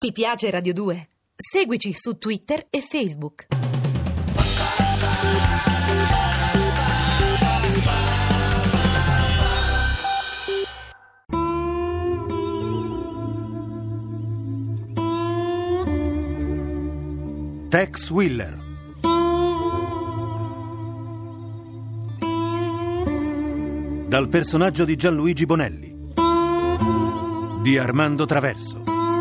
Ti piace Radio 2? Seguici su Twitter e Facebook. Tex Willer. Dal personaggio di Gianluigi Bonelli, di Armando Traverso.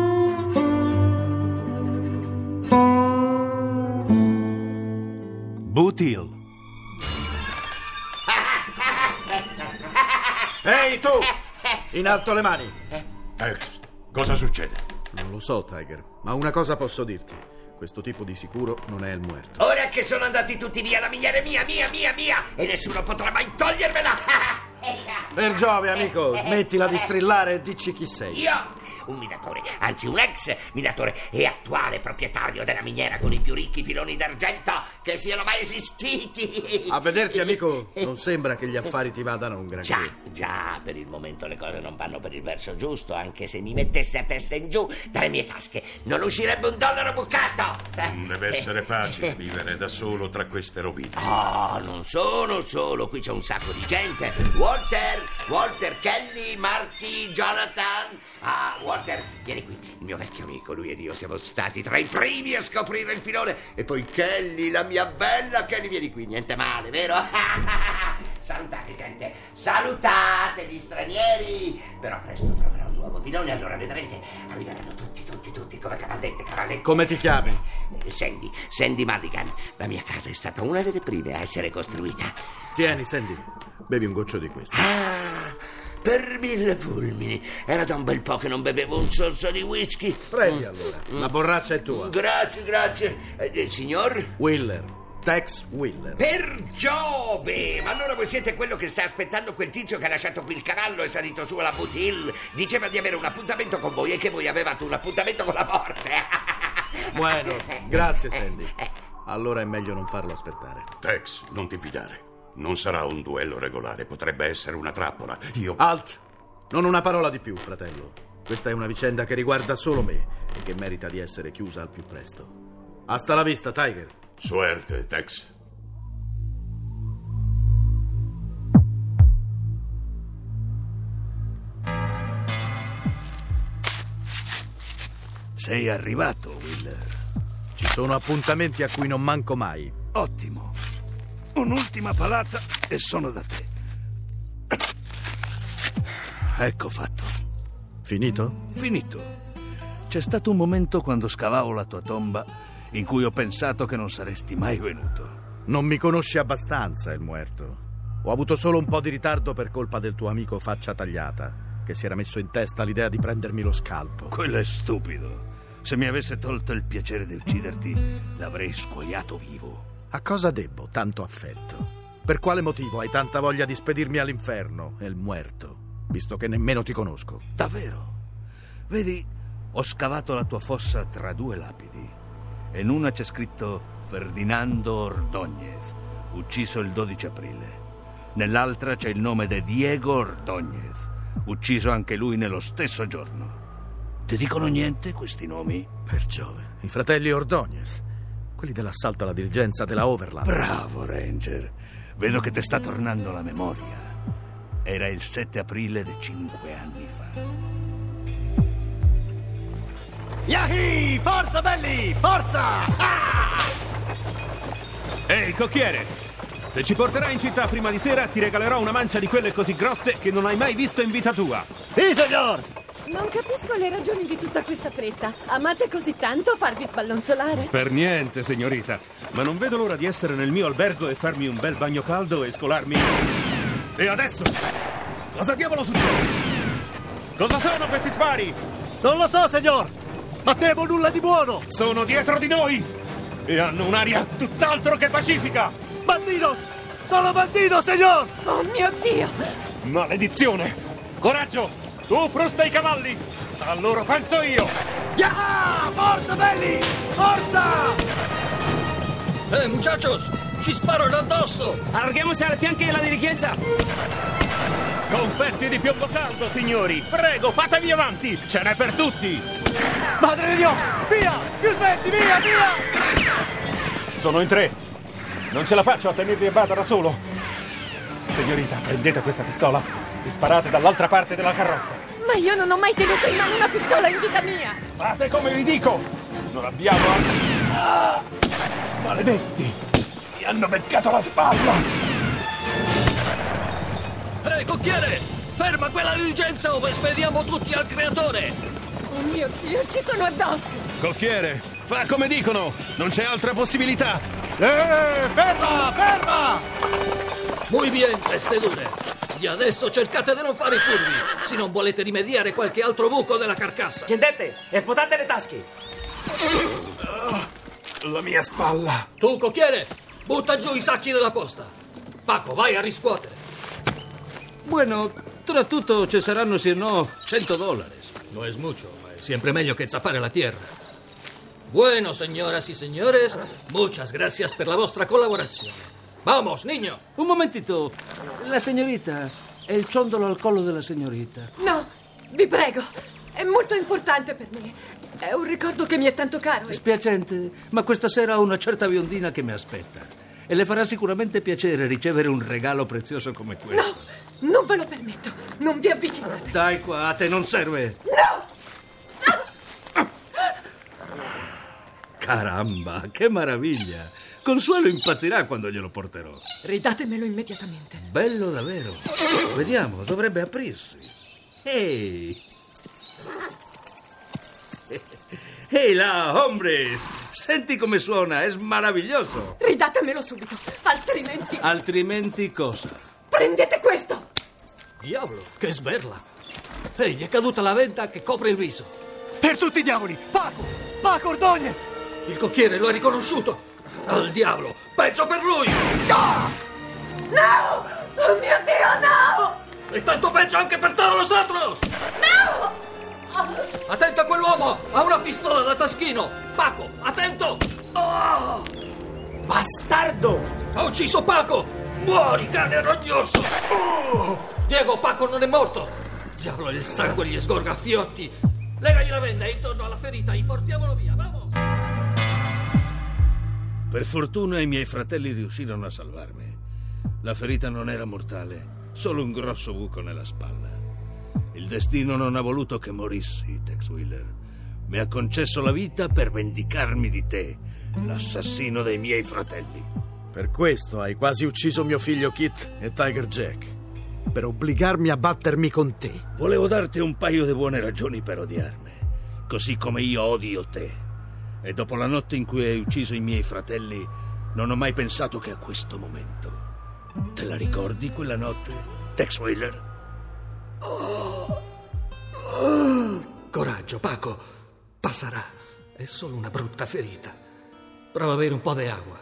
Boot Hill. Ehi tu! In alto le mani! Tex, cosa succede? Non lo so, Tiger, ma una cosa posso dirti. Questo tipo di sicuro non è il muerto. Ora che sono andati tutti via, la miniera è mia, e nessuno potrà mai togliermela! Per Giove, amico, smettila di strillare e dici chi sei. Io, un minatore, anzi un ex minatore e attuale proprietario della miniera con i più ricchi filoni d'argento che siano mai esistiti. A vederti, amico, non sembra che gli affari ti vadano un granché. Già, per il momento le cose non vanno per il verso giusto, anche se mi metteste a testa in giù dalle mie tasche non uscirebbe un dollaro bucato. Non deve essere facile vivere da solo tra queste rovine. Oh, non sono solo, qui c'è un sacco di gente. Walter, Kelly, Marty, Jonathan. Ah, Walter, vieni qui, il mio vecchio amico, lui ed io siamo stati tra i primi a scoprire il filone. E poi Kelly, la mia bella Kelly, vieni qui, niente male, vero? Salutate, gente, salutate gli stranieri. Però presto troverò un nuovo filone, allora vedrete, arriveranno tutti come cavallette. Come ti chiami? Sandy Madigan. La mia casa è stata una delle prime a essere costruita. Tieni, Sandy, bevi un goccio di questo. Per mille fulmini, era da un bel po' che non bevevo un sorso di whisky. Prendi allora, la borraccia è tua. Grazie. Signor? Willer, Tex Willer. Per Giove! Ma allora voi siete quello che sta aspettando quel tizio che ha lasciato qui il cavallo e salito su alla Boot Hill? Diceva di avere un appuntamento con voi e che voi avevate un appuntamento con la morte. Bueno, grazie Sandy. Allora è meglio non farlo aspettare. Tex, non ti fidare. Non sarà un duello regolare, potrebbe essere una trappola. Alt! Non una parola di più, fratello. Questa è una vicenda che riguarda solo me e che merita di essere chiusa al più presto. Hasta la vista, Tiger. Suerte, Tex. Sei arrivato, Willer. Ci sono appuntamenti a cui non manco mai. Ottimo. Un'ultima palata e sono da te. Ecco fatto. Finito? Finito. C'è stato un momento quando scavavo la tua tomba in cui ho pensato che non saresti mai venuto. Non mi conosci abbastanza, il muerto. Ho avuto solo un po' di ritardo per colpa del tuo amico faccia tagliata, che si era messo in testa l'idea di prendermi lo scalpo. Quello è stupido. Se mi avesse tolto il piacere di ucciderti, l'avrei scuoiato vivo. A cosa debbo tanto affetto? Per quale motivo hai tanta voglia di spedirmi all'inferno, il muerto, visto che nemmeno ti conosco? Davvero? Vedi, ho scavato la tua fossa tra due lapidi e in una c'è scritto Ferdinando Ordóñez, ucciso il 12 aprile. Nell'altra c'è il nome di Diego Ordóñez, ucciso anche lui nello stesso giorno. Ti dicono niente questi nomi? Per Giove, i fratelli Ordóñez, quelli dell'assalto alla diligenza della Overland. Bravo, Ranger. Vedo che ti sta tornando la memoria. Era il 7 aprile di 5 anni fa. Yahi! Forza, belli! Forza! Ah! Ehi, cocchiere! Se ci porterai in città prima di sera ti regalerò una mancia di quelle così grosse che non hai mai visto in vita tua. Sì, signor! Non capisco le ragioni di tutta questa fretta. Amate così tanto farvi sballonzolare? Per niente, signorita. Ma non vedo l'ora di essere nel mio albergo e farmi un bel bagno caldo e scolarmi. E adesso? Cosa diavolo succede? Cosa sono questi spari? Non lo so, signor! Ma temo nulla di buono! Sono dietro di noi! E hanno un'aria tutt'altro che pacifica! Bandidos! Sono bandito, signor! Oh mio Dio! Maledizione! Coraggio! Tu frusta i cavalli! A loro penso io! Yeah! Forza, belli! Forza! Muchachos! Ci sparano addosso! Allarguémosse alle fianche della dirigenza! Confetti di piombo caldo, signori! Prego, fatevi avanti! Ce n'è per tutti! Madre di Dios! Via! Giuseppi, via, via! Sono in 3. Non ce la faccio a tenervi a bada da solo. Signorita, prendete questa pistola e sparate dall'altra parte della carrozza. Ma io non ho mai tenuto in mano una pistola in vita mia! Fate come vi dico! Non abbiamo... Maledetti! Mi hanno beccato la spalla! Ehi, cocchiere! Ferma quella diligenza o spediamo tutti al creatore! Oh mio Dio, ci sono addosso! Cocchiere, fa come dicono! Non c'è altra possibilità! Ferma, ferma! Muy bien, teste dure. E adesso cercate di non fare i furbi, se non volete rimediare qualche altro buco della carcassa. Scendete e svuotate le tasche. La mia spalla! Tu, cocchiere, butta giù i sacchi della posta. Paco, vai a riscuotere. Bueno, tra tutto ci saranno, se no, $100. No es mucho, ma es siempre meglio que zapare la tierra. Bueno, señoras y señores, muchas gracias per la vostra collaborazione. Vamos, niño. Un momentito. La signorita. È il ciondolo al collo della signorita. No, vi prego. È molto importante per me. È un ricordo che mi è tanto caro. Spiacente, ma questa sera ho una certa biondina che mi aspetta. E le farà sicuramente piacere ricevere un regalo prezioso come questo. No, non ve lo permetto. Non vi avvicinate. Dai qua, a te non serve. No! Caramba, che meraviglia. Consuelo impazzirà quando glielo porterò. Ridatemelo immediatamente. Bello davvero. Vediamo, dovrebbe aprirsi. Ehi! Ehi là, hombre! Senti come suona, è meraviglioso. Ridatemelo subito, altrimenti... Altrimenti cosa? Prendete questo! Diavolo, che sberla. Ehi, gli è caduta la venta che copre il viso. Per tutti i diavoli! Paco Ordóñez! Il cocchiere lo ha riconosciuto. Al diavolo, peggio per lui. No! No! Oh mio Dio, no! E tanto peggio anche per todos los otros. No! Attento a quell'uomo, ha una pistola da taschino. Paco, attento. Oh! Bastardo! Ha ucciso Paco. Muori, cane rognoso. Oh! Diego, Paco non è morto. Diavolo, il sangue gli sgorga a fiotti. Legagli la venda intorno alla ferita e portiamolo via, vamos. Per fortuna i miei fratelli riuscirono a salvarmi. La ferita non era mortale, solo un grosso buco nella spalla. Il destino non ha voluto che morissi, Tex Willer. Mi ha concesso la vita per vendicarmi di te, l'assassino dei miei fratelli. Per questo hai quasi ucciso mio figlio Kit e Tiger Jack. Per obbligarmi a battermi con te. Volevo darti un paio di buone ragioni per odiarmi, così come io odio te. E dopo la notte in cui hai ucciso i miei fratelli, non ho mai pensato che a questo momento. Te la ricordi quella notte, Tex Willer? Coraggio, Paco. Passerà. È solo una brutta ferita. Prova a bere un po' di acqua.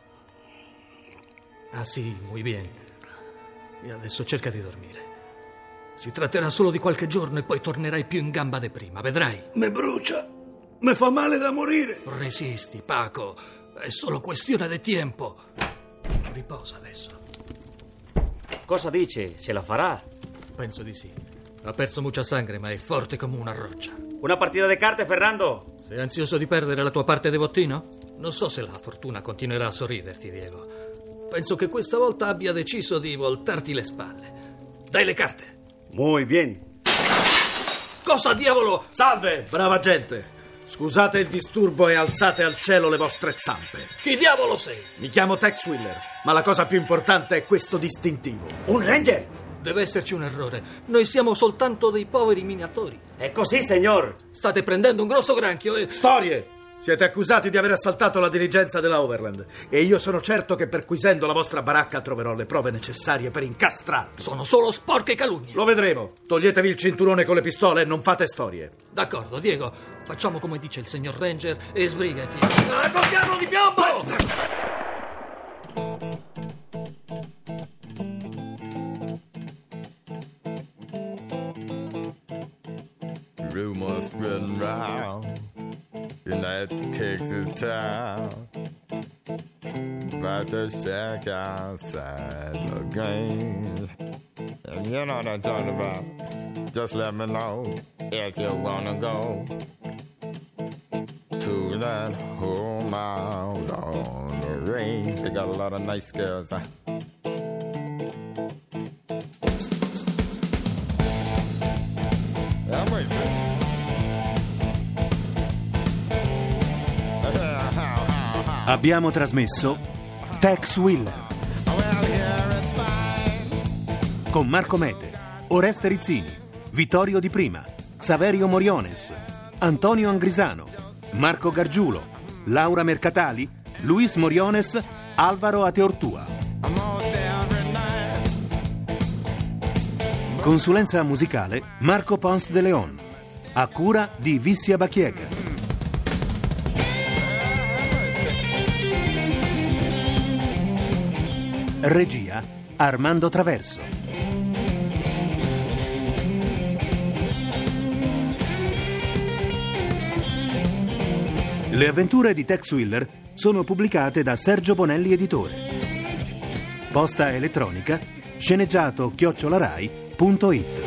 Ah, sì, muy bien. E adesso cerca di dormire. Si tratterà solo di qualche giorno e poi tornerai più in gamba di prima, vedrai. Me brucia. Me fa male da morire. Resisti, Paco. È solo questione di tempo. Riposa adesso. Cosa dice? Ce la farà? Penso di sì. Ha perso mucha sangre, ma è forte come una roccia. Una partita di carte, Fernando? Sei ansioso di perdere la tua parte di bottino? Non so se la fortuna continuerà a sorriderti, Diego. Penso che questa volta abbia deciso di voltarti le spalle. Dai le carte. Muy bien. Cosa, diavolo? Salve, brava gente. Scusate il disturbo e alzate al cielo le vostre zampe. Chi diavolo sei? Mi chiamo Tex Willer, ma la cosa più importante è questo distintivo. Un ranger? Deve esserci un errore. Noi siamo soltanto dei poveri minatori. È così, signor. State prendendo un grosso granchio e... Storie! Siete accusati di aver assaltato la dirigenza della Overland e io sono certo che perquisendo la vostra baracca troverò le prove necessarie per incastrarvi. Sono solo sporche calunnie. Lo vedremo. Toglietevi il cinturone con le pistole e non fate storie. D'accordo, Diego. Facciamo come dice il signor Ranger e sbrigati. Colpiamo di piombo! Rumors spreading round in that Texas town about the shack outside the game. And You know what I'm talking about. Just let me know if you wanna go to that home out on the range. They got a lot of nice girls. Abbiamo trasmesso Tex Willer con Marco Mete, Oreste Rizzini, Vittorio Di Prima, Saverio Moriones, Antonio Angrisano, Marco Gargiulo, Laura Mercatali, Luis Moriones, Alvaro Ateortua. Consulenza musicale Marco Pons de Leon, a cura di Vissia Bachiega. Regia Armando Traverso. Le avventure di Tex Willer sono pubblicate da Sergio Bonelli Editore. Posta elettronica sceneggiato@rai.it.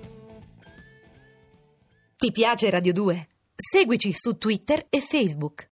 Ti piace Radio 2? Seguici su Twitter e Facebook.